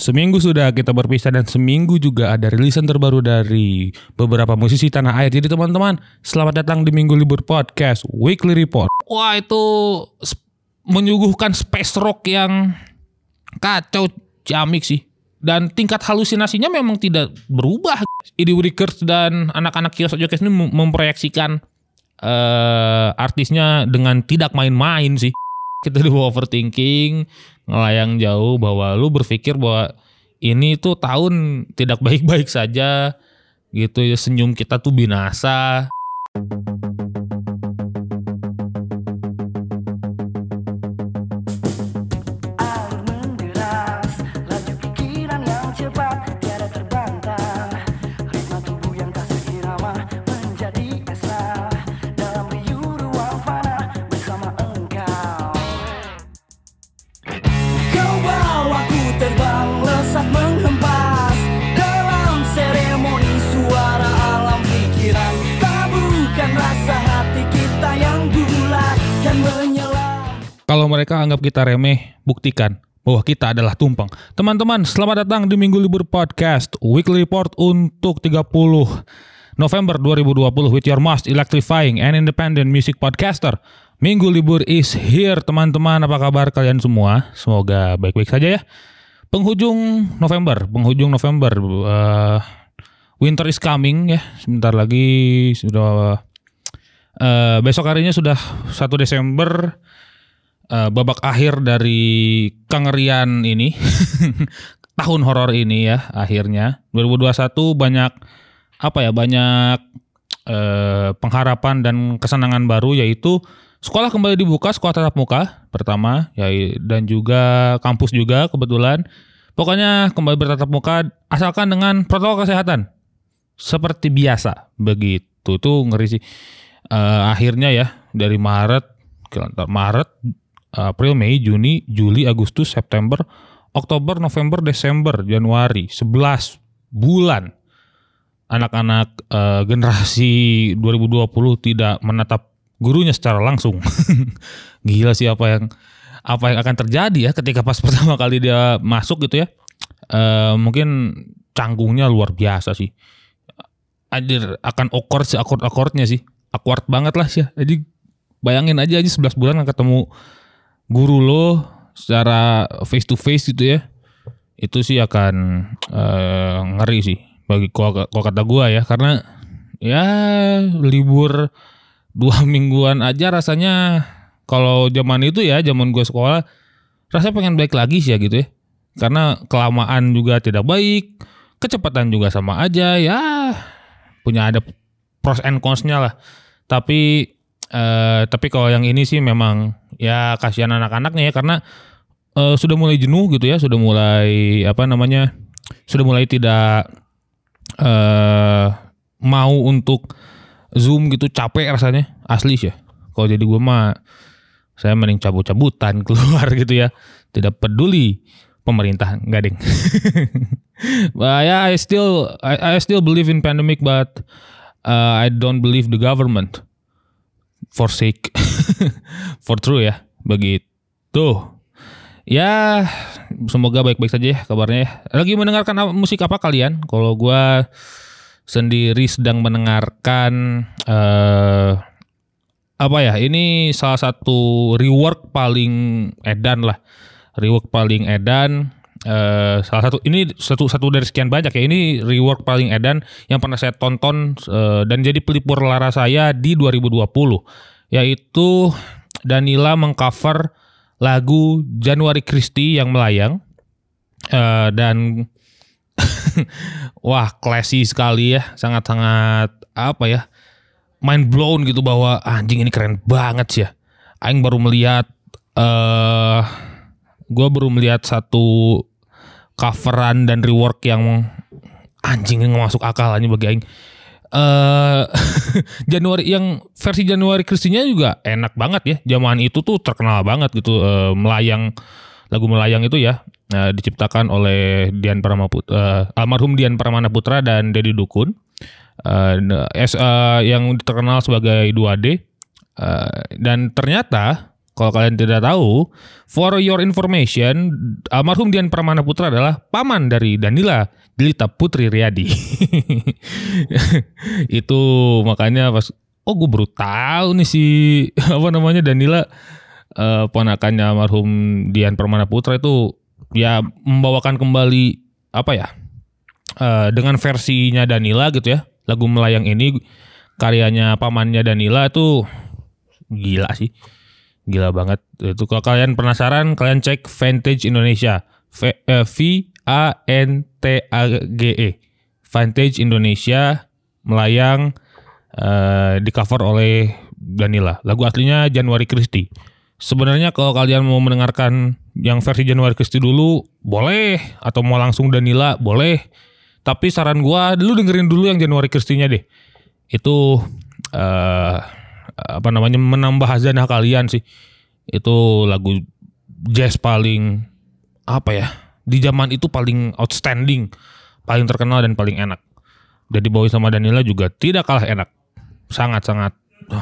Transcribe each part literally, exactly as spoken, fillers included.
Seminggu sudah kita berpisah dan seminggu juga ada rilisan terbaru dari beberapa musisi tanah air. Jadi teman-teman, selamat datang di Minggu Libur Podcast Weekly Report. Wah, itu menyuguhkan space rock yang kacau, ciamik sih. Dan tingkat halusinasinya memang tidak berubah. Eddie Wickers dan anak-anak Kios Jokes ini memproyeksikan uh, artisnya dengan tidak main-main sih. Kita di overthinking, ngelayang jauh bahwa lu berpikir bahwa ini tuh tahun tidak baik-baik saja gitu ya, senyum kita tuh binasa. Kalau mereka anggap kita remeh, buktikan bahwa kita adalah tumpeng. Teman-teman, selamat datang di Minggu Libur Podcast Weekly Report untuk tiga puluh November dua ribu dua puluh with your most electrifying and independent music podcaster. Minggu Libur is here, teman-teman. Apa kabar kalian semua? Semoga baik-baik saja ya. Penghujung November, penghujung November. Uh, winter is coming ya. Sebentar lagi sudah uh, besok harinya sudah satu Desember. Uh, babak akhir dari kengerian ini tahun horor ini ya, akhirnya dua ribu dua puluh satu banyak apa ya banyak uh, pengharapan dan kesenangan baru, yaitu sekolah kembali dibuka, sekolah tatap muka pertama ya, dan juga kampus juga kebetulan. Pokoknya kembali bertatap muka asalkan dengan protokol kesehatan seperti biasa begitu. Tuh ngeri sih. Uh, akhirnya ya dari Maret Maret April, Mei, Juni, Juli, Agustus, September, Oktober, November, Desember, Januari, sebelas bulan anak-anak uh, generasi dua ribu dua puluh tidak menatap gurunya secara langsung. Gila sih apa yang apa yang akan terjadi ya ketika pas pertama kali dia masuk gitu ya. Uh, mungkin canggungnya luar biasa sih. Anjir, akan awkward sih, akord-akordnya sih. Awkward banget lah sih. Jadi bayangin aja aja sebelas bulan gak ketemu guru lo secara face to face gitu ya, itu sih akan uh, ngeri sih bagi kalau kata gue ya, karena ya libur dua mingguan aja rasanya. Kalau zaman itu ya, zaman gue sekolah rasanya pengen balik lagi sih ya gitu ya, karena kelamaan juga tidak baik, kecepatan juga sama aja ya, punya ada pros and cons-nya lah. Tapi Uh, tapi kalau yang ini sih memang ya kasihan anak-anaknya ya, karena uh, sudah mulai jenuh gitu ya, sudah mulai apa namanya, sudah mulai tidak uh, mau untuk Zoom gitu, capek rasanya asli sih ya. Kalau jadi gue mah saya mending cabut-cabutan keluar gitu ya, tidak peduli pemerintah, enggak deng. But yeah, I still I, I still believe in pandemic, but uh, I don't believe the government forsake for true ya, begitu ya. Semoga baik-baik saja ya kabarnya ya. Lagi mendengarkan musik apa kalian? Kalau gue sendiri sedang mendengarkan uh, apa ya, ini salah satu rework paling edan lah, rework paling edan. Uh, salah satu ini satu satu dari sekian banyak ya, ini rework paling edan yang pernah saya tonton uh, dan jadi pelipur lara saya di dua ribu dua puluh, yaitu Danila mengcover lagu Januari Christie yang melayang, uh, dan wah classy sekali ya, sangat-sangat apa ya, mind blown gitu bahwa anjing ini keren banget sih ya. Aing baru melihat uh, gue baru melihat satu coveran dan rework yang anjing nggak masuk akal aja bagi aing. Uh, Januari yang versi Januari Christie-nya juga enak banget ya. Zaman itu tuh terkenal banget gitu, uh, melayang, lagu melayang itu ya, uh, diciptakan oleh Dian Paramaputra, uh, almarhum Dian Paramana Putra dan Deddy Dukun, uh, uh, yang terkenal sebagai dua D, uh, dan ternyata Kalau kalian tidak tahu, for your information, almarhum Dian Permana Putra adalah paman dari Danila Jelita Putri Riyadi. Itu makanya pas, oh gue baru tahu nih si apa namanya Danila uh, ponakannya almarhum Dian Permana Putra itu ya membawakan kembali apa ya uh, dengan versinya Danila gitu ya. Lagu Melayang ini karyanya pamannya Danila itu gila sih. Gila banget. Itu kalau kalian penasaran, kalian cek Vantage Indonesia. V, eh, V A N T A G E. Vantage Indonesia Melayang eh, di cover oleh Danila. Lagu aslinya Januari Christie. Sebenarnya kalau kalian mau mendengarkan yang versi Januari Christie dulu, boleh. Atau mau langsung Danila, boleh. Tapi saran gua, lu dengerin dulu yang Januari Christie-nya deh. Itu eh apa namanya menambah hazanah kalian sih. Itu lagu jazz paling apa ya di zaman itu paling outstanding, paling terkenal dan paling enak. Jadi dibawain sama Danila juga tidak kalah enak, sangat-sangat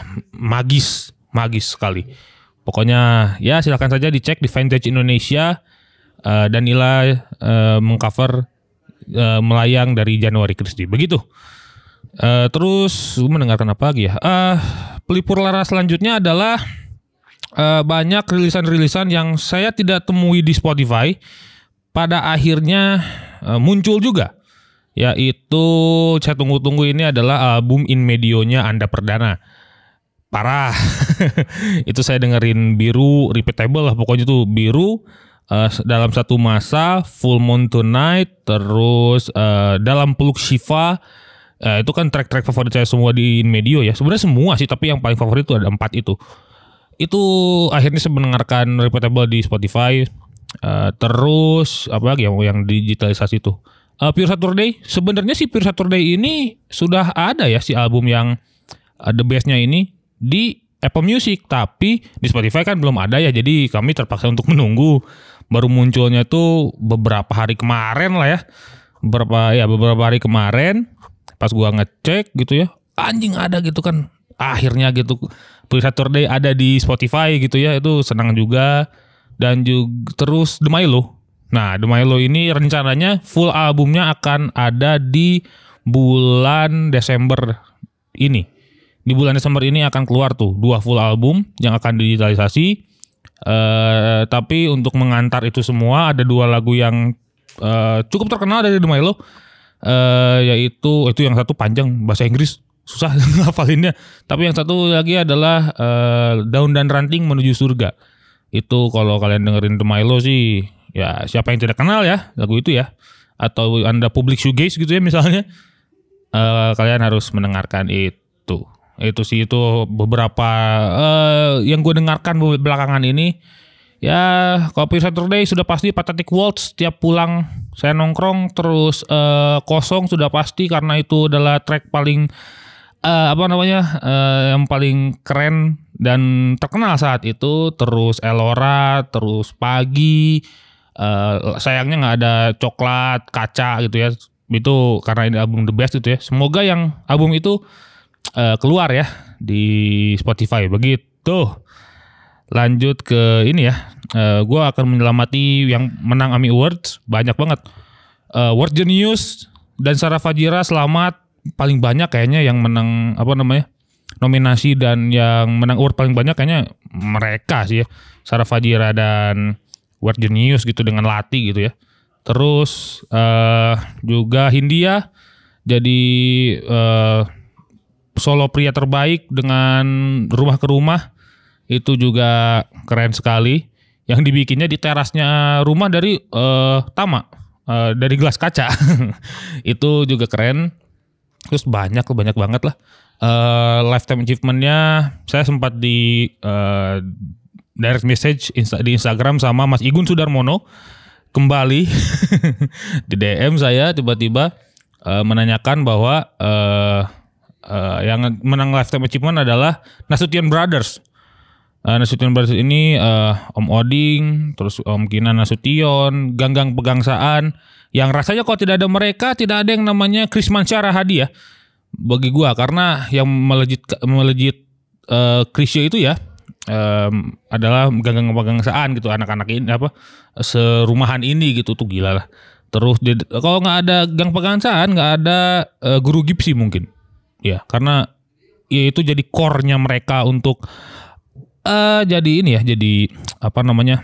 magis magis sekali. Pokoknya ya silakan saja dicek di Vantage Indonesia. uh, Danila uh, mengcover uh, Melayang dari Januari Christie begitu. Uh, terus mendengarkan apa lagi ya? Uh, pelipur lara selanjutnya adalah uh, banyak rilisan-rilisan yang saya tidak temui di Spotify. Pada akhirnya uh, muncul juga, yaitu saya tunggu-tunggu ini adalah album In Medio-nya Anda Perdana. Parah. Itu saya dengerin Biru, Repeatable lah pokoknya tuh Biru. Uh, dalam satu masa, Full Moon Tonight, terus uh, Dalam Peluk Shiva. Uh, itu kan track-track favorit saya semua di In Medio ya. Sebenarnya semua sih, tapi yang paling favorit itu ada empat itu. Itu akhirnya saya mendengarkan Repeatable di Spotify. Uh, terus apa lagi yang yang digitalisasi itu? Uh, Pure Saturday. Sebenarnya si Pure Saturday ini sudah ada ya si album yang uh, the best-nya ini di Apple Music, tapi di Spotify kan belum ada ya. Jadi kami terpaksa untuk menunggu. Baru munculnya itu beberapa hari kemarin lah ya. Beberapa ya beberapa hari kemarin. Pas gua ngecek gitu ya, anjing ada gitu kan. Akhirnya gitu Pure Saturday ada di Spotify gitu ya. Itu senang juga. Dan juga terus The Milo. Nah, The Milo ini rencananya full albumnya akan ada di bulan Desember ini. Di bulan Desember ini akan keluar tuh dua full album yang akan digitalisasi. Uh, tapi untuk mengantar itu semua ada dua lagu yang uh, cukup terkenal dari The Milo. Uh, yaitu itu yang satu panjang bahasa Inggris susah ngafalinnya, tapi yang satu lagi adalah uh, Daun dan Ranting Menuju Surga. Itu kalau kalian dengerin The Milo sih ya siapa yang tidak kenal ya lagu itu ya, atau Anda public shoegaze gitu ya misalnya, uh, kalian harus mendengarkan itu. Itu sih itu beberapa uh, yang gue dengarkan belakangan ini. Ya, Kopi Saturday sudah pasti, Pathetic Waltz tiap pulang saya nongkrong, terus uh, Kosong sudah pasti karena itu adalah track paling uh, apa namanya uh, yang paling keren dan terkenal saat itu. Terus Elora, terus Pagi, uh, sayangnya nggak ada Coklat, Kaca gitu ya. Itu karena ini album the best gitu ya. Semoga yang album itu uh, keluar ya di Spotify begitu. Lanjut ke ini ya, uh, gue akan menyelamati yang menang AMI Awards, banyak banget. Uh, World Genius dan Sarah Fajira selamat, paling banyak kayaknya yang menang apa namanya nominasi, dan yang menang award paling banyak kayaknya mereka sih ya, Sarah Fajira dan World Genius gitu dengan Lati gitu ya. Terus uh, juga Hindia jadi uh, solo pria terbaik dengan Rumah ke Rumah. Itu juga keren sekali. Yang dibikinnya di terasnya rumah dari uh, Tama, uh, dari gelas kaca. Itu juga keren. Terus banyak banyak banget lah. Uh, lifetime achievement-nya saya sempat di uh, direct message insta- di Instagram sama Mas Igun Sudarmono. Kembali di D M saya tiba-tiba uh, menanyakan bahwa uh, uh, yang menang lifetime achievement adalah Nasution Brothers. Uh, Nasution Brothers ini uh, Om Oding, terus Om Kinan Nasution, Ganggang Pegangsaan, yang rasanya kalau tidak ada mereka tidak ada yang namanya Krismansyah Rahadi ya bagi gua, karena yang melejit melejit uh, Krisya itu ya um, adalah gagang-gangsaan gitu anak-anak ini apa serumahan ini gitu tuh gila lah. Terus dia, kalau nggak ada gang pegangsaan nggak ada uh, guru gipsi mungkin ya karena ya itu jadi core-nya mereka untuk uh, jadi ini ya jadi apa namanya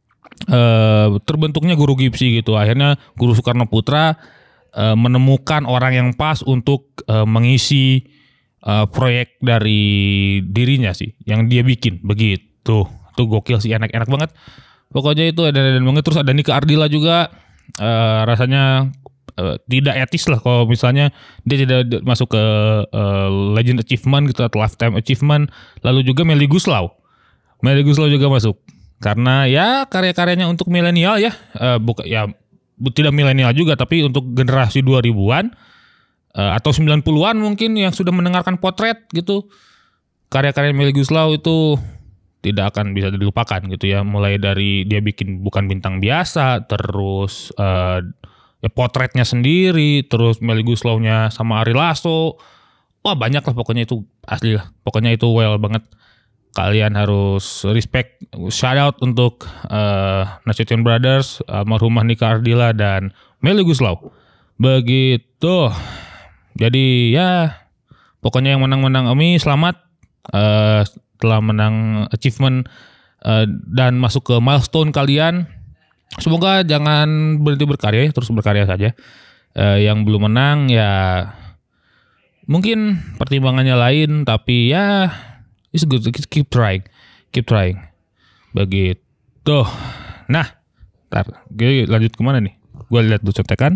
uh, terbentuknya guru gipsi gitu. Akhirnya Guru Soekarno Putra uh, menemukan orang yang pas untuk uh, mengisi uh, proyek dari dirinya sih yang dia bikin begitu. Tuh gokil sih, enak-enak banget pokoknya itu. Dan banget. Terus ada Nika Ardila juga. Uh, rasanya uh, tidak etis lah kalau misalnya dia tidak masuk ke uh, Legend Achievement gitu atau Lifetime Achievement. Lalu juga Melly Goeslaw Melly Goeslaw juga masuk karena ya karya-karyanya untuk milenial ya, uh, bukan ya tidak milenial juga tapi untuk generasi dua ribuan uh, atau sembilan puluhan mungkin yang sudah mendengarkan Potret gitu. Karya-karya Melly Goeslaw itu tidak akan bisa dilupakan gitu ya. Mulai dari dia bikin Bukan Bintang Biasa, terus uh, ya Potretnya sendiri, terus Melly Goeslaw-nya sama Ari Lasso. Wah banyak lah pokoknya itu asli lah. Pokoknya itu well banget. Kalian harus respect, shout out untuk uh, Nasution Brothers, almarhumah Nika Ardila dan Melly Goeslaw. Begitu. Jadi ya pokoknya yang menang-menang Omi selamat. Uh, telah menang achievement uh, dan masuk ke milestone kalian. Semoga jangan berhenti berkarya, terus berkarya saja. Uh, yang belum menang ya mungkin pertimbangannya lain, tapi ya it's good, keep trying, keep trying. Begitu. Nah, ntar gue lanjut kemana nih? Gue lihat dulu contekan.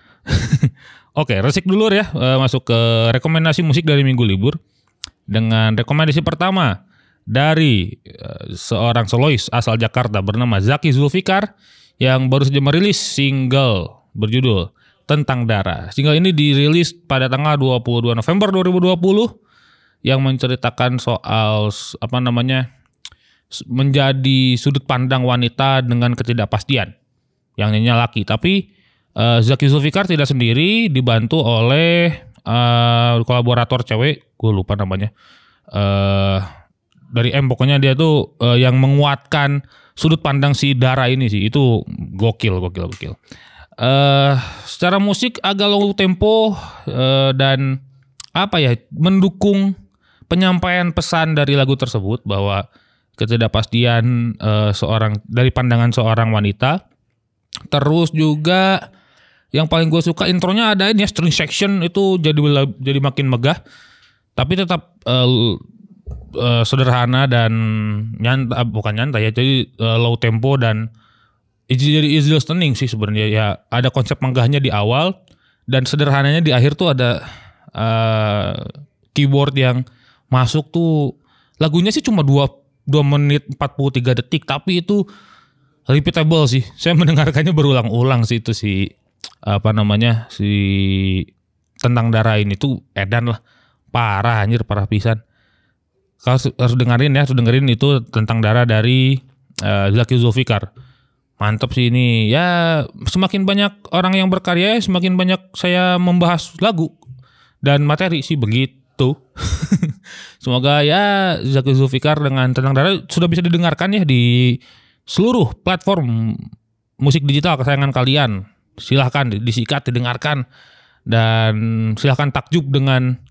Oke, resik dulu ya, uh, masuk ke rekomendasi musik dari minggu libur. Dengan rekomendasi pertama dari uh, seorang solois asal Jakarta bernama Zaki Zulfikar yang baru saja merilis single berjudul Tentang Darah. Single ini dirilis pada tanggal dua puluh dua November dua ribu dua puluh yang menceritakan soal apa namanya menjadi sudut pandang wanita dengan ketidakpastian yang nyanyinya laki. Tapi uh, Zaki Zulfikar tidak sendiri, dibantu oleh uh, kolaborator cewek, gue lupa namanya. Uh, dari M pokoknya dia tuh uh, yang menguatkan sudut pandang si Dara ini sih. Itu gokil gokil gokil. Uh, secara musik agak low tempo uh, dan apa ya mendukung penyampaian pesan dari lagu tersebut bahwa ketidakpastian uh, seorang dari pandangan seorang wanita. Terus juga yang paling gue suka intronya ada ini ya, string section itu jadi jadi makin megah tapi tetap uh, Uh, sederhana dan nyantai, bukan nyantai ya, jadi uh, low tempo dan jadi easy listening sih sebenarnya ya. Ada konsep megahnya di awal dan sederhananya di akhir tuh ada uh, keyboard yang masuk tuh. Lagunya sih cuma dua menit empat puluh tiga detik tapi itu repeatable sih. Saya mendengarkannya berulang-ulang sih itu si apa namanya si Tentang Darah ini tuh edan lah, parah anjir, parah pisan. Kau harus dengerin ya, harus dengerin itu Tentang Darah dari uh, Zaki Zulfikar. Mantap sih ini. Ya semakin banyak orang yang berkarya, semakin banyak saya membahas lagu dan materi sih begitu. Semoga ya Zaki Zulfikar dengan Tentang Darah sudah bisa didengarkan ya di seluruh platform musik digital kesayangan kalian. Silahkan disikat, didengarkan dan silahkan takjub dengan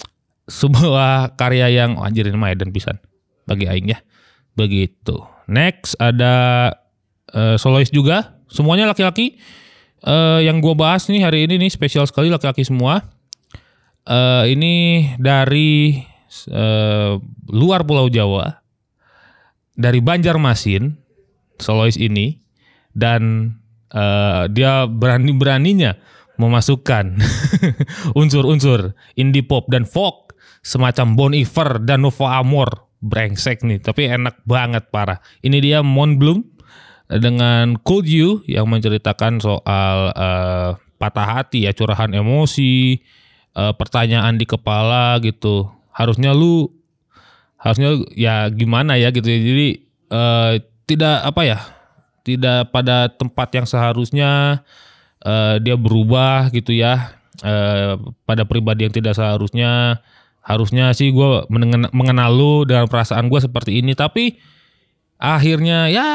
sebuah karya yang oh, anjir ini mah edan pisan bagi aing ya. Begitu. Next ada uh, solois juga, semuanya laki-laki. Uh, yang gua bahas nih hari ini nih spesial sekali laki-laki semua. Uh, ini dari uh, luar Pulau Jawa, dari Banjarmasin, solois ini, dan uh, dia berani-beraninya memasukkan unsur-unsur indie pop dan folk semacam Bon Iver dan Nova Amor. Brengsek nih, tapi enak banget parah. Ini dia Mon Bloom dengan Cold You yang menceritakan soal uh, patah hati ya, curahan emosi, uh, pertanyaan di kepala gitu. Harusnya lu harusnya ya gimana ya gitu ya. Jadi uh, tidak apa ya, tidak pada tempat yang seharusnya, uh, dia berubah gitu ya, uh, pada pribadi yang tidak seharusnya. Harusnya sih gue mengenal, mengenal lu dengan perasaan gue seperti ini, tapi akhirnya ya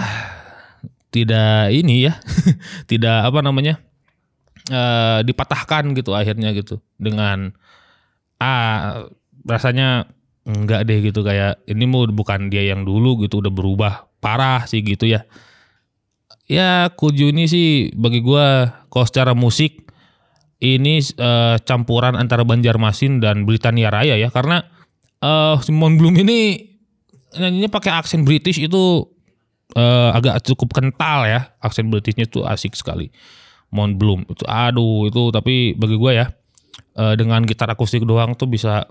tidak ini ya, tidak apa namanya uh, dipatahkan gitu akhirnya gitu dengan ah rasanya enggak deh gitu, kayak ini mau bukan dia yang dulu gitu, udah berubah parah sih gitu ya. Ya Kuju ini sih bagi gue kalau secara musik ini uh, campuran antara Banjarmasin dan Britania Raya ya, karena uh, Simon Bloom ini nyanyinya pakai aksen British itu uh, agak cukup kental ya, aksen Britishnya itu asik sekali. Mon Bloom itu aduh itu, tapi bagi gue ya uh, dengan gitar akustik doang tuh bisa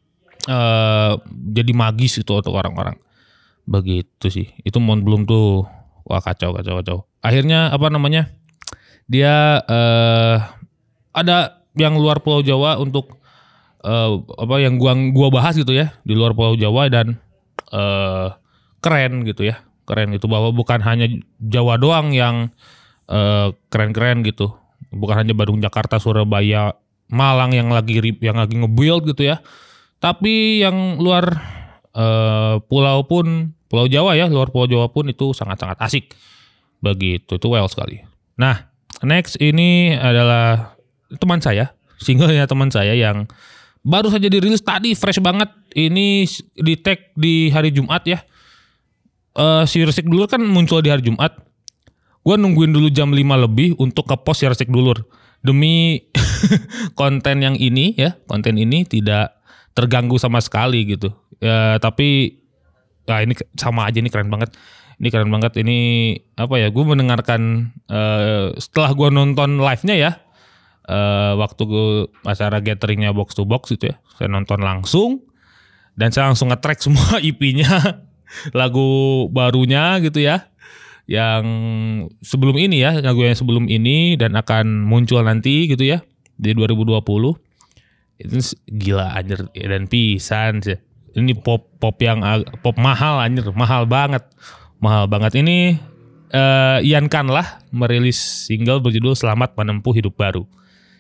uh, jadi magis itu untuk orang-orang. Begitu sih. Itu Mon Bloom tuh wah kacau kacau kacau. Akhirnya apa namanya? Dia uh, ada yang luar Pulau Jawa untuk uh, apa yang gua gua bahas gitu ya, di luar Pulau Jawa dan uh, keren gitu ya. Keren gitu bahwa bukan hanya Jawa doang yang uh, keren-keren gitu. Bukan hanya Bandung, Jakarta, Surabaya, Malang yang lagi yang lagi nge-build gitu ya. Tapi yang luar uh, pulau pun, Pulau Jawa ya, luar Pulau Jawa pun itu sangat-sangat asik. Begitu, itu well sekali. Nah, next ini adalah teman saya, singlenya teman saya yang baru saja dirilis tadi, fresh banget. Ini di tag di hari Jumat ya. Uh, si Resik Dulur kan muncul di hari Jumat. Gue nungguin dulu jam lima lebih untuk ke-post si Resik Dulur. Demi konten yang ini ya, konten ini tidak terganggu sama sekali gitu. Ya, tapi ya ini sama aja, ini keren banget. Ini keren banget. Ini apa ya? Gue mendengarkan uh, setelah gue nonton live-nya ya. Uh, waktu gue acara gatheringnya box to box gitu ya, saya nonton langsung dan saya langsung nge-track semua E P-nya, lagu barunya gitu ya, yang sebelum ini ya, lagu yang sebelum ini dan akan muncul nanti gitu ya di dua ribu dua puluh. Itu gila anjir dan pisan sih. Ini pop pop yang pop mahal anjir, mahal banget, mahal banget. Ini uh, Ian Khan lah merilis single berjudul Selamat Menempuh Hidup Baru.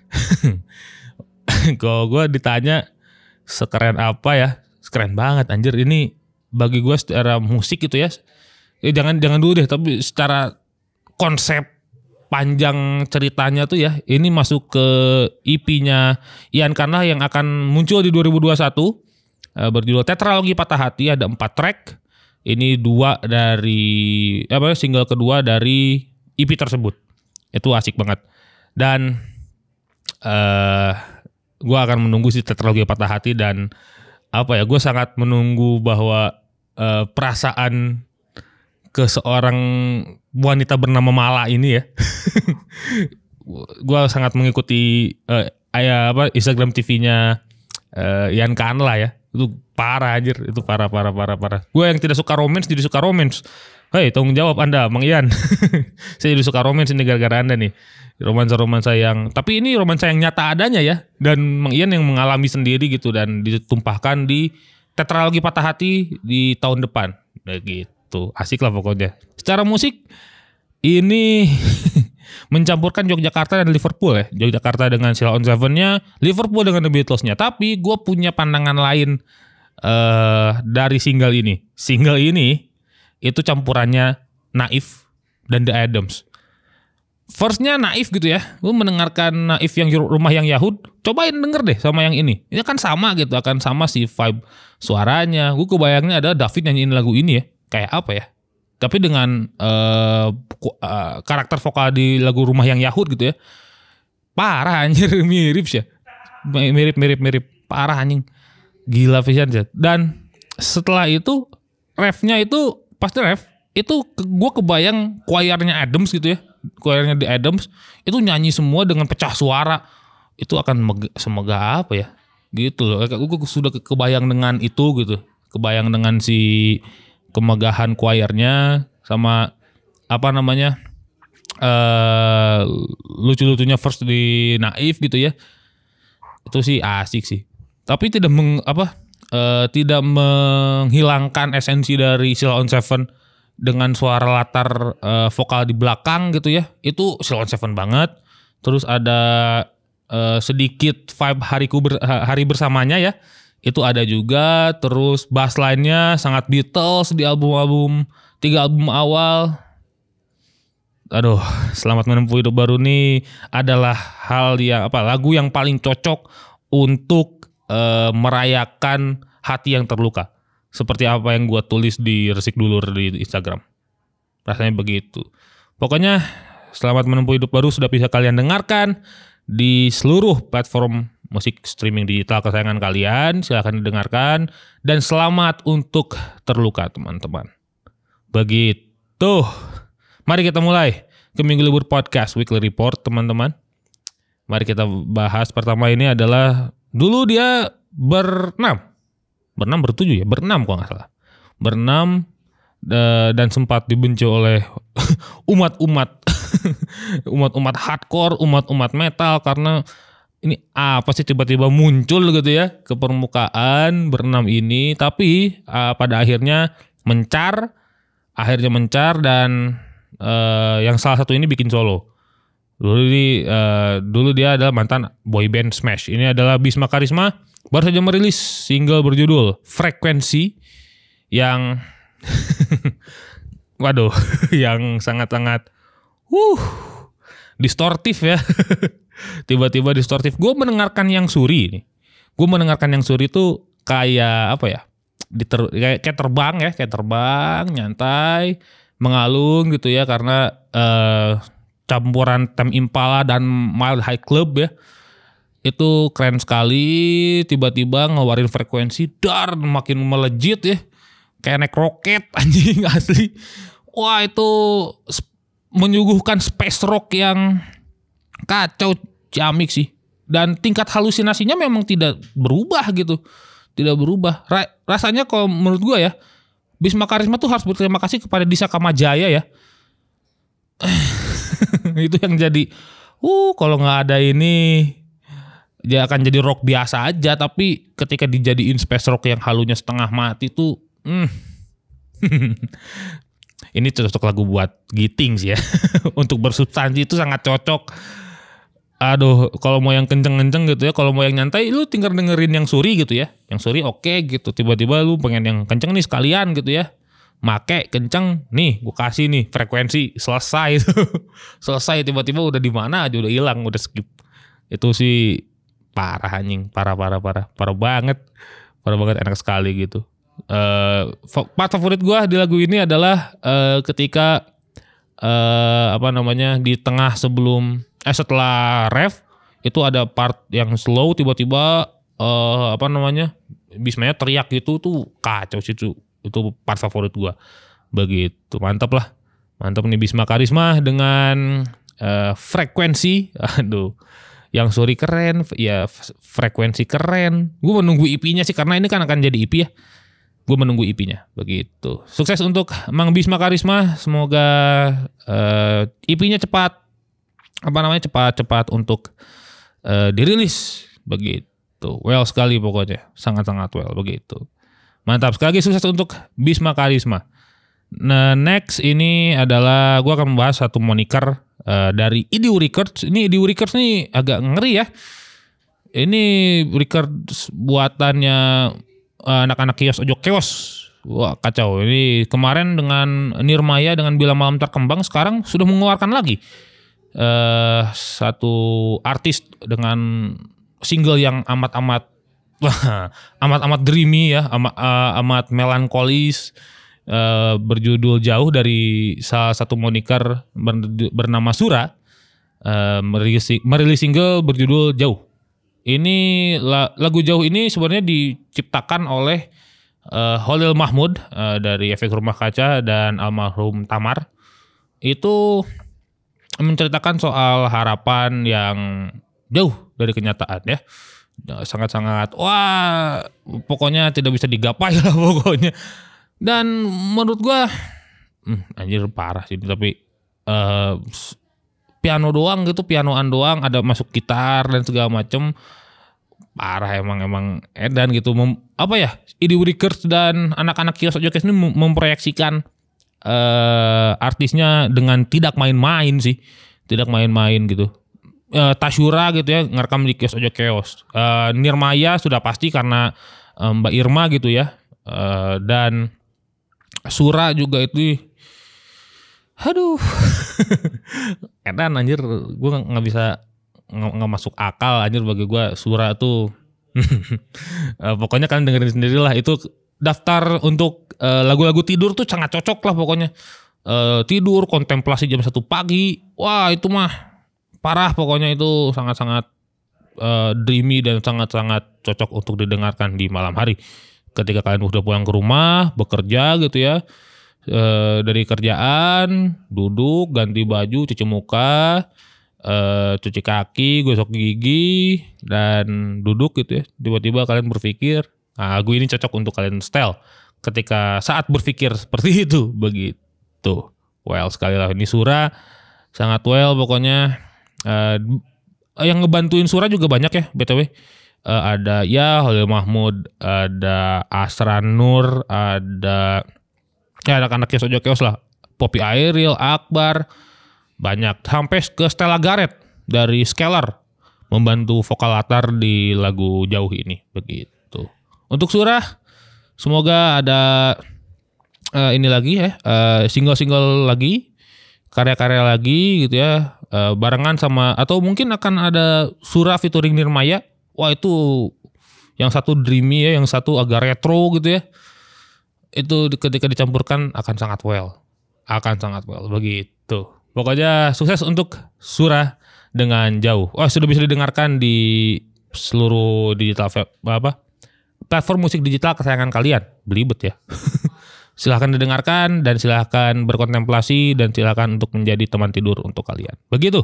Kalau gue ditanya sekeren apa ya, keren banget anjir. Ini bagi gue secara musik gitu ya, ya jangan jangan dulu deh, tapi secara konsep panjang ceritanya tuh ya, ini masuk ke E P-nya Ian Khan lah yang akan muncul di dua ribu dua puluh satu, uh, berjudul Tetralogi Patah Hati. Ada empat track. Ini dua dari apa single kedua dari E P tersebut. Itu asik banget. Dan Uh, gue akan menunggu si Tetralogi Patah Hati dan apa ya, gue sangat menunggu bahwa uh, perasaan ke seorang wanita bernama Mala ini ya. Gue sangat mengikuti uh, ayah apa Instagram T V-nya uh, Ian Khan lah ya. Itu parah anjir, itu parah parah parah parah. Gue yang tidak suka romance jadi suka romance. Hei, tanggung jawab Anda, Mang Ian. Saya jadi suka romance ini gara-gara Anda nih. Romansa-romansa yang, tapi ini romansa yang nyata adanya ya, dan Mang Ian yang mengalami sendiri gitu dan ditumpahkan di Tetralogi Patah Hati di tahun depan. Begitu, asik lah pokoknya. Secara musik ini mencampurkan Yogyakarta dan Liverpool ya. Yogyakarta dengan Sheila on Seven-nya, Liverpool dengan The Beatles-nya. Tapi gue punya pandangan lain uh, dari single ini. Single ini itu campurannya Naif dan The Adams. Firstnya Naif gitu ya, lu mendengarkan Naif yang Rumah Yang Yahud, cobain denger deh sama yang ini. Ini kan sama gitu, akan sama si vibe suaranya. Gue kebayangnya ada David nyanyiin lagu ini ya, kayak apa ya? Tapi dengan uh, uh, karakter vokal di lagu Rumah Yang Yahud gitu ya, parah anjir, mirip sih ya, mirip mirip mirip, parah anjing, gila pisan sih. Dan setelah itu refnya itu pasti ref itu gue kebayang choirnya Adams gitu ya. Choirnya di Adams itu nyanyi semua dengan pecah suara, itu akan meg- semegah apa ya gitu loh. Gue sudah kebayang dengan itu gitu, kebayang dengan si kemegahan choirnya sama apa namanya uh, lucu-lucunya first di Naif gitu ya. Itu sih asik sih, tapi tidak meng, apa uh, tidak menghilangkan esensi dari Sheila on Seven dengan suara latar uh, vokal di belakang gitu ya. Itu Sheila on Seven banget. Terus ada uh, sedikit vibe hariku ber, hari bersamanya ya, itu ada juga. Terus bass line-nya sangat Beatles di album-album tiga album awal. Aduh, Selamat Menempuh Hidup Baru nih adalah hal yang apa lagu yang paling cocok untuk uh, merayakan hati yang terluka. Seperti apa yang gue tulis di Resik Dulur di Instagram. Rasanya begitu. Pokoknya Selamat Menempuh Hidup Baru sudah bisa kalian dengarkan di seluruh platform musik streaming digital kesayangan kalian. Silahkan didengarkan. Dan selamat untuk terluka teman-teman. Begitu. Mari kita mulai ke Minggu Libur Podcast Weekly Report teman-teman. Mari kita bahas pertama ini adalah dulu dia berenam. Berenam bertujuh ya? Berenam kalau gak salah. Berenam dan sempat dibenci oleh umat-umat. Umat-umat hardcore, umat-umat metal. Karena ini apa sih tiba-tiba muncul gitu ya ke permukaan berenam ini. Tapi uh, pada akhirnya mencar. Akhirnya mencar dan uh, yang salah satu ini bikin solo. Dulu di uh, dulu dia adalah mantan boyband Smash. Ini adalah Bhisma Karisma baru saja merilis single berjudul Frekuensi yang waduh, yang sangat-sangat uh distortif ya. Tiba-tiba distortif. Gue mendengarkan yang Suri nih. Gue mendengarkan yang Suri itu kayak apa ya? Diter, kayak, kayak terbang ya, kayak terbang, nyantai, mengalun gitu ya karena uh, campuran Tame Impala dan Mild High Club ya. Itu keren sekali, tiba-tiba ngeluarin frekuensi dar makin melejit ya. Kayak naik roket anjing asli. Wah, itu menyuguhkan space rock yang kacau ciamik sih. Dan tingkat halusinasinya memang tidak berubah gitu. Tidak berubah. Rasanya kalau menurut gue ya, Bhisma Karisma tuh harus berterima kasih kepada Disa Kamajaya ya. Itu yang jadi, uh kalau nggak ada ini, dia akan jadi rock biasa aja. Tapi ketika dijadiin space rock yang halunya setengah mati tuh, hmm. Ini cocok lagu buat giting sih ya. Untuk bersubstansi itu sangat cocok. Aduh, kalau mau yang kenceng-kenceng gitu ya, kalau mau yang nyantai, lu tinggal dengerin yang Suri gitu ya. Yang Suri oke okay, gitu. Tiba-tiba lu pengen yang kenceng nih sekalian gitu ya. Make kenceng, nih gue kasih nih frekuensi, selesai. Selesai, tiba-tiba udah di mana aja udah hilang, udah skip. Itu sih parah anjing, parah parah parah, parah banget. Parah banget, enak sekali gitu. Uh, part favorit gue di lagu ini adalah uh, ketika uh, apa namanya di tengah sebelum Eh setelah ref itu ada part yang slow tiba-tiba uh, apa namanya Bismanya teriak gitu tuh kacau sih itu itu part favorit gua. Begitu mantap lah, mantap nih Bhisma Karisma dengan uh, frekuensi. Aduh, yang Suri keren ya, frekuensi keren. Gua menunggu I P-nya sih karena ini kan akan jadi I P ya. Gue menunggu I P-nya begitu. Sukses untuk Mang Bhisma Karisma, semoga uh, I P-nya cepat apa namanya cepat-cepat untuk uh, dirilis begitu. Well sekali pokoknya, sangat-sangat well begitu. Mantap sekali lagi, sukses untuk Bhisma Karisma. Nah, next ini adalah gue akan membahas satu moniker uh, dari I D U Records. Ini I D U Records nih agak ngeri ya. Ini records buatannya uh, anak-anak kios ojok keos. Wah kacau. Ini kemarin dengan Nirmaya dengan Bila Malam Terkembang, sekarang sudah mengeluarkan lagi Uh, satu artis dengan single yang amat-amat amat-amat dreamy ya, amat, uh, amat melankolis, uh, berjudul Jauh dari salah satu moniker bernama Sura, uh, merilis, merilis single berjudul Jauh. Ini lagu Jauh ini sebenarnya diciptakan oleh uh, Holil Mahmud uh, dari Efek Rumah Kaca dan almarhum Tamar. Itu menceritakan soal harapan yang jauh dari kenyataan ya. Sangat-sangat wah pokoknya tidak bisa digapai lah pokoknya. Dan menurut gua hmm, anjir parah sih, tapi uh, piano doang gitu, pianoan doang, ada masuk gitar dan segala macem. Parah emang emang edan gitu. Mem, apa ya? I D U Records dan anak-anak kios ojok ini memproyeksikan Uh, artisnya dengan tidak main-main sih, tidak main-main gitu. Uh, Tasyura gitu ya ngerekam di kios ojok keos. Uh, Nirmaya sudah pasti karena uh, Mbak Irma gitu ya. Uh, dan Sura juga itu, aduh, edan anjir, gue nggak bisa nggak masuk akal anjir bagi gue Sura tuh. uh, pokoknya kalian dengerin sendiri lah, itu daftar untuk uh, lagu-lagu tidur tuh sangat cocok lah pokoknya. Uh, tidur, kontemplasi jam satu pagi, wah itu mah parah pokoknya, itu sangat-sangat uh, dreamy dan sangat-sangat cocok untuk didengarkan di malam hari. Ketika kalian udah pulang ke rumah, bekerja gitu ya, uh, dari kerjaan, duduk, ganti baju, cuci muka, uh, cuci kaki, gosok gigi, dan duduk gitu ya. Tiba-tiba kalian berpikir, nah, lagu ini cocok untuk kalian setel ketika saat berpikir seperti itu, begitu. Tuh, well sekali lah, ini Sura sangat well pokoknya. Uh, yang ngebantuin Sura juga banyak ya B T W. Uh, ada ya Holil Mahmud, ada Asra Nur, ada ya anak-anak Kios Ojo Kios lah, Poppy Airil, Akbar, banyak, sampai ke Stella Gareth dari Scalar membantu vokal latar di lagu Jauh ini, begitu. Untuk Sura, semoga ada Uh, ini lagi ya, uh, single-single lagi, karya-karya lagi gitu ya, uh, barengan sama, atau mungkin akan ada Sura featuring Nirmaya. Wah itu yang satu dreamy ya, yang satu agak retro gitu ya. Itu ketika dicampurkan akan sangat well, akan sangat well, begitu. Pokoknya sukses untuk Sura dengan Jauh. Wah, sudah bisa didengarkan di seluruh digital apa platform musik digital kesayangan kalian. Belibet ya. Silahkan didengarkan dan silahkan berkontemplasi dan silahkan untuk menjadi teman tidur untuk kalian. Begitu.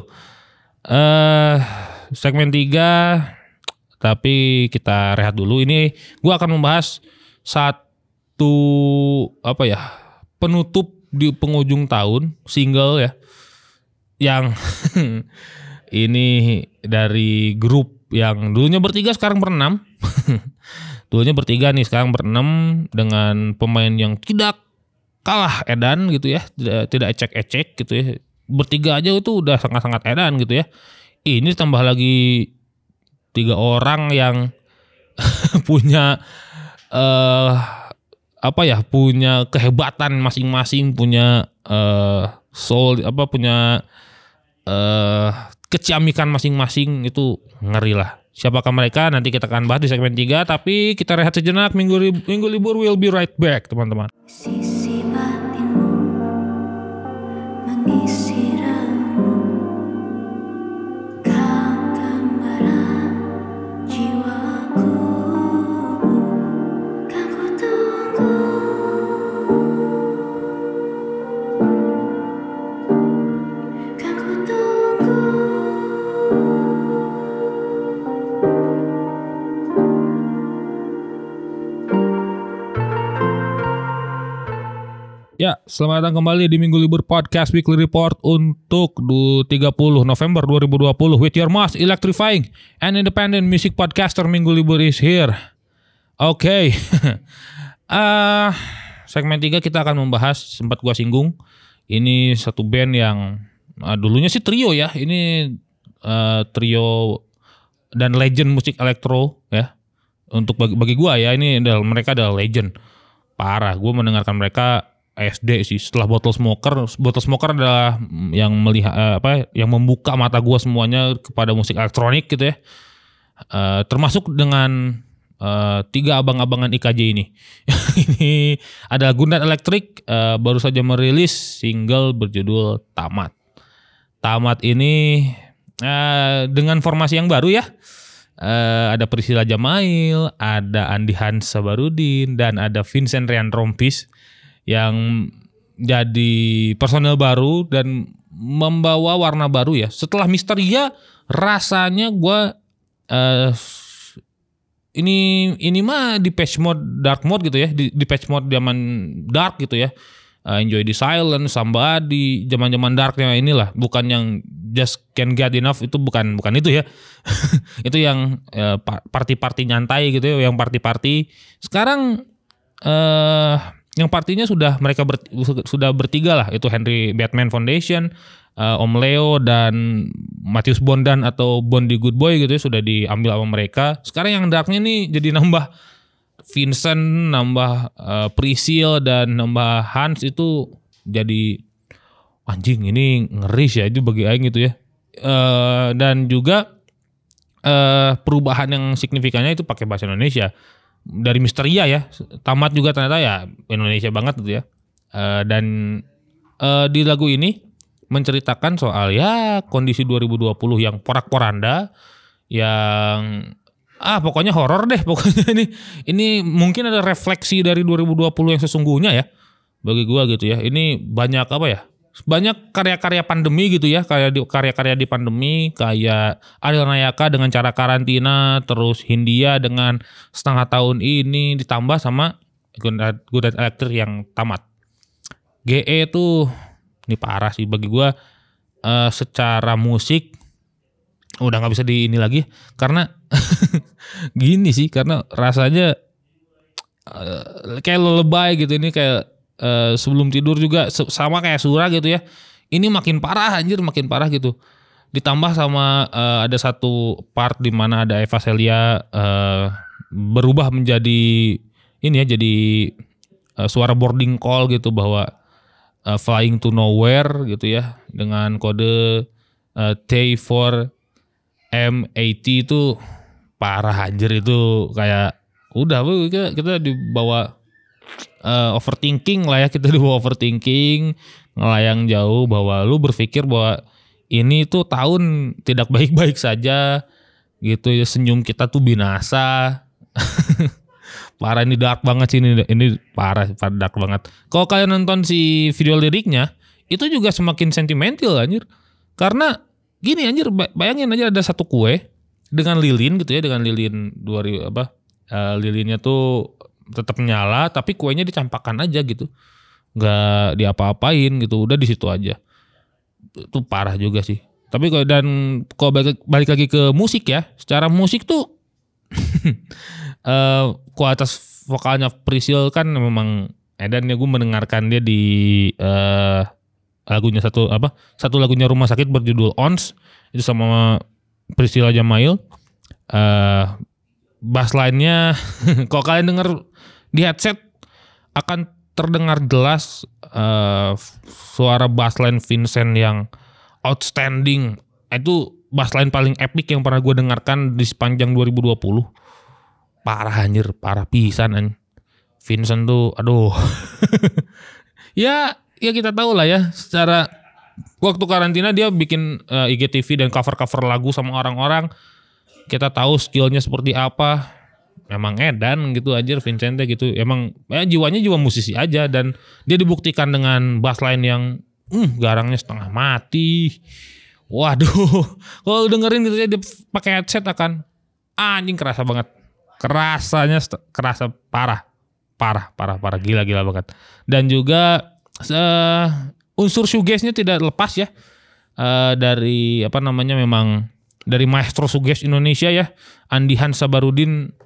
Uh, segmen tiga, tapi kita rehat dulu. Ini gue akan membahas satu apa ya, penutup di penghujung tahun, single ya, yang ini dari grup yang dulunya bertiga sekarang berenam. Dulunya bertiga nih, sekarang berenam, dengan pemain yang tidak kalah edan gitu ya, tidak, tidak ecek-ecek gitu ya. Bertiga aja itu udah sangat-sangat edan gitu ya. Ini tambah lagi tiga orang yang punya uh, apa ya, punya kehebatan masing-masing, punya uh, soul apa, punya uh, keciamikan masing-masing, itu ngeri lah. Siapakah mereka? Nanti kita akan bahas di segmen tiga, tapi kita rehat sejenak. Minggu, li- minggu libur, we'll be right back teman-teman. Sisi batinmu mengisi relmu, kau gambaran jiwaku, kan ku tunggu, kan ku tunggu. Ya, selamat datang kembali di Minggu Libur Podcast Weekly Report untuk tiga puluh November dua ribu dua puluh with your most electrifying and independent music podcaster. Minggu Libur is here. Oke. Okay. uh, segmen tiga kita akan membahas, sempat gua singgung, ini satu band yang uh, dulunya sih trio ya. Ini uh, trio dan legend musik elektro ya. Untuk bagi, bagi gua ya, ini adalah, mereka adalah legend. Parah, gua mendengarkan mereka S D sih, setelah Bottle Smoker. Bottle Smoker adalah yang melihat apa, yang membuka mata gue semuanya kepada musik elektronik gitu ya. Uh, termasuk dengan uh, tiga abang-abangan I K J ini. Ini ada Gundam Electric, uh, baru saja merilis single berjudul Tamat. Tamat ini uh, dengan formasi yang baru ya. Uh, ada Priscilla Jamail, ada Andi Hans Sabarudin, dan ada Vincent Rian Rompis yang jadi personel baru dan membawa warna baru ya. Setelah Misteria, rasanya gue uh, ini ini mah di patch mode, dark mode gitu ya, di, di patch mode zaman dark gitu ya. Uh, Enjoy the Silence, Somebody, zaman-zaman darknya inilah, bukan yang Just Can't Get Enough, itu bukan bukan itu ya. Itu yang uh, party-party nyantai gitu ya, yang party-party. Sekarang uh, yang partinya sudah mereka ber, sudah bertiga lah, itu Henry Batman Foundation, uh, Om Leo, dan Matthias Bondan atau Bondi Good Boy gitu ya, sudah diambil sama mereka. Sekarang yang darknya nih jadi nambah Vincent, nambah uh, Priscil dan nambah Hans itu jadi anjing ini ngeri sih aja bagi aing gitu ya. Uh, dan juga uh, perubahan yang signifikannya itu pakai bahasa Indonesia. Dari Misteria ya, tamat juga ternyata ya Indonesia banget gitu ya. Uh, dan uh, di lagu ini menceritakan soal ya kondisi dua ribu dua puluh yang porak-poranda, yang ah pokoknya horor deh pokoknya ini. Ini mungkin ada refleksi dari dua ribu dua puluh yang sesungguhnya ya bagi gua gitu ya. Ini banyak apa ya? Banyak karya-karya pandemi gitu ya, kayak di, karya-karya di pandemi kayak Ariel Nayaka dengan cara karantina, terus Hindia dengan setengah tahun ini ditambah sama Good Night Electric yang tamat. G E tuh ini parah sih bagi gua, uh, secara musik udah nggak bisa di ini lagi karena gini sih, karena rasanya uh, kayak lebay gitu. Ini kayak Uh, sebelum tidur juga sama kayak Sura gitu ya. Ini makin parah anjir, makin parah gitu. Ditambah sama uh, ada satu part di mana ada Eva Celia uh, berubah menjadi ini ya, jadi uh, suara boarding call gitu bahwa uh, flying to nowhere gitu ya dengan kode uh, T for M delapan puluh itu parah anjir. Itu kayak udah kita, kita dibawa Uh, overthinking lah ya, kita dibawa overthinking, ngelayang jauh bahwa lu berpikir bahwa ini tuh tahun tidak baik-baik saja gitu ya, senyum kita tuh binasa. Parah, ini dark banget sih, ini ini parah, parah dark banget. Kalau kalian nonton si video liriknya itu juga semakin sentimental anjir. Karena gini anjir, bayangin aja ada satu kue dengan lilin gitu ya, dengan lilin dua ribu apa uh, lilinnya tuh tetap nyala tapi kuenya dicampakkan aja gitu, nggak diapa-apain gitu, udah di situ aja. Itu parah juga sih. Tapi kalau dan kalau balik, balik lagi ke musik ya, secara musik tuh uh, kualitas vokalnya Priscil kan memang edan ya. Gue mendengarkan dia di uh, lagunya satu apa satu lagunya Rumah Sakit berjudul Ons itu sama Priscilla Jamail. Uh, bass line-nya kalau kalian denger di headset akan terdengar jelas uh, suara bassline Vincent yang outstanding. Itu bassline paling epic yang pernah gue dengarkan di sepanjang dua ribu dua puluh. Parah anjir, parah pisan anjir. Vincent tuh aduh. ya ya kita tahu lah ya, secara waktu karantina dia bikin uh, I G T V dan cover-cover lagu sama orang-orang. Kita tahu skillnya seperti apa. Emang edan gitu anjir Vincent gitu. Emang ya jiwanya jiwa musisi aja, dan dia dibuktikan dengan bassline yang hmm, garangnya setengah mati. Waduh, kalau dengerin gitu ya dia pakai headset akan anjing kerasa banget. Kerasanya kerasa parah. Parah, parah, parah, gila gila banget. Dan juga uh, unsur shoegaze-nya tidak lepas ya. Uh, dari apa namanya memang dari maestro shoegaze Indonesia ya, Andi Hans Sabarudin.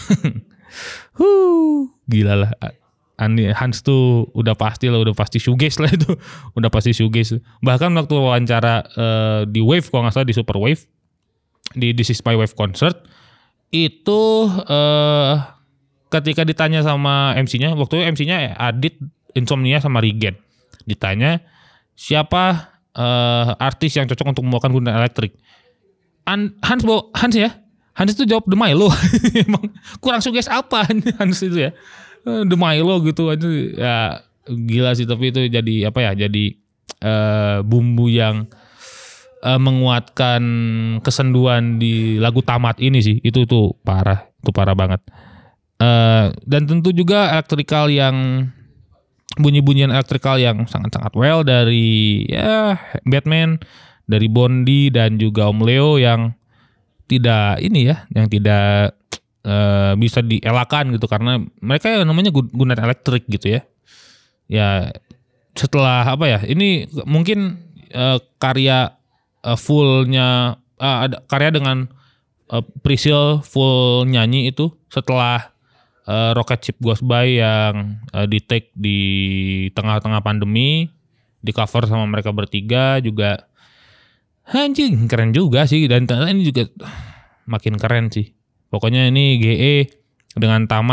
huh, gila lah. Andi Hans tuh udah pasti lah, udah pasti shoegaze lah itu. Udah pasti shoegaze. Bahkan waktu wawancara uh, di Wave, kalau nggak salah di Super Wave, di This Is My Wave Concert, itu uh, ketika ditanya sama M C-nya, waktu itu M C-nya Adit, Insomnia sama Regen. Ditanya, siapa uh, artis yang cocok untuk membawakan Good Night Electric? Hans Hans ya, Hans itu jawab The Milo. Emang kurang shoegaze apa Hans itu ya, The Milo gitu aja ya, gila sih. Tapi itu jadi apa ya, jadi uh, bumbu yang uh, menguatkan kesenduan di lagu tamat ini sih. Itu tuh parah, itu parah banget. Uh, dan tentu juga elektrikal yang bunyi-bunyian elektrikal yang sangat-sangat well dari ya Batman, dari Bondi dan juga Om Leo yang tidak ini ya, yang tidak uh, bisa dielakkan gitu, karena mereka yang namanya Good Night Electric gitu ya. Ya setelah apa ya, ini mungkin uh, karya uh, fullnya uh, ada karya dengan uh, Priscil full nyanyi itu setelah uh, Rocket Ship Goes By yang uh, di take di tengah-tengah pandemi, di cover sama mereka bertiga juga. Anjing keren juga sih, dan ini juga makin keren sih. Pokoknya ini G E dengan tamat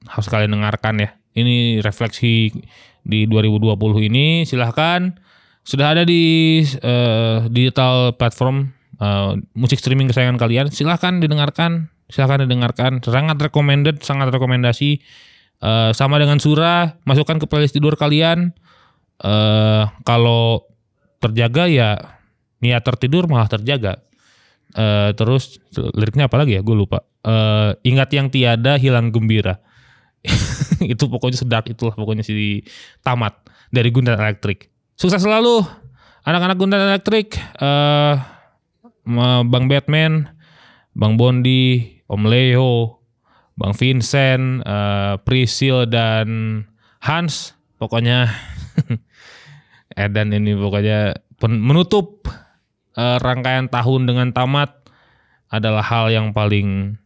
harus kalian dengarkan ya. Ini refleksi di dua ribu dua puluh ini. Silahkan, sudah ada di uh, digital platform uh, musik streaming kesayangan kalian. Silahkan didengarkan, silahkan didengarkan. Sangat recommended, sangat rekomendasi. Uh, sama dengan Sura, masukkan ke playlist tidur kalian. Uh, kalau terjaga ya niat tertidur malah terjaga. Uh, terus liriknya apa lagi ya? Gue lupa. Uh, ingat yang tiada, hilang gembira. Itu pokoknya sedark itulah pokoknya si Tamat dari Gundala Electric. Sukses selalu anak-anak Gundala Electric, uh, Bang Batman, Bang Bondi, Om Leo, Bang Vincent, uh, Priscil dan Hans. Pokoknya Edan ini pokoknya menutup uh, rangkaian tahun dengan Tamat adalah hal yang paling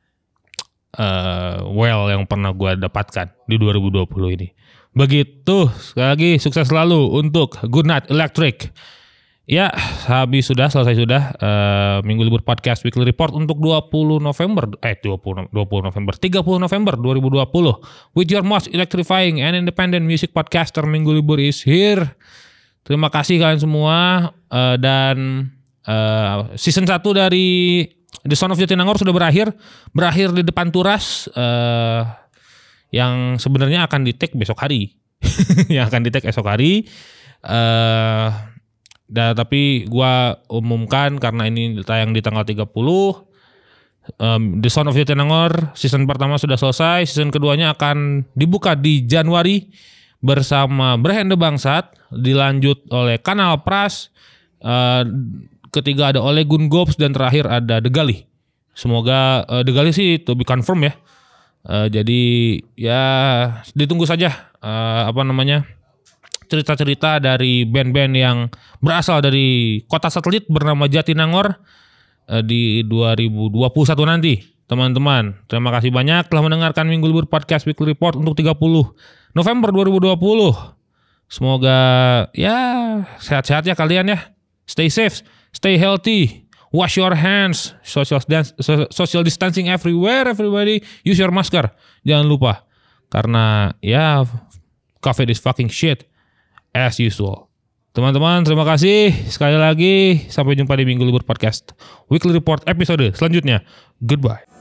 Uh, well yang pernah gue dapatkan di dua ribu dua puluh ini. Begitu, sekali lagi sukses selalu untuk Goodnight Electric. Ya, habis sudah, selesai sudah uh, Minggu Libur Podcast Weekly Report untuk dua puluh November eh dua puluh November tiga puluh November dua ribu dua puluh. With your most electrifying and independent music podcaster, Minggu Libur is here. Terima kasih kalian semua uh, dan uh, season satu dari The Son of Jatinangor sudah berakhir, berakhir di depan Turas, uh, yang sebenarnya akan di-take besok hari, yang akan di-take esok hari. Uh, dan tapi gua umumkan karena ini tayang di tanggal tiga puluh. Um, The Son of Jatinangor season pertama sudah selesai, season keduanya akan dibuka di Januari bersama Brahenda Bangsat, dilanjut oleh Kanal Pras. Uh, Ketiga ada Ole Gun Gops dan terakhir ada The Gali. Semoga uh, The Gali sih to be confirm ya. Uh, jadi ya ditunggu saja uh, apa namanya cerita-cerita dari band-band yang berasal dari kota satelit bernama Jatinangor uh, di dua ribu dua puluh satu nanti. Teman-teman, terima kasih banyak telah mendengarkan Minggu Libur Podcast Weekly Report untuk tiga puluh November dua ribu dua puluh. Semoga ya sehat-sehat ya kalian ya. Stay safe. Stay healthy, wash your hands, social dance, social distancing everywhere, everybody. Use your masker, jangan lupa. Karena ya, COVID is fucking shit, as usual. Teman-teman, terima kasih sekali lagi. Sampai jumpa di Minggu Libur Podcast Weekly Report episode selanjutnya. Goodbye.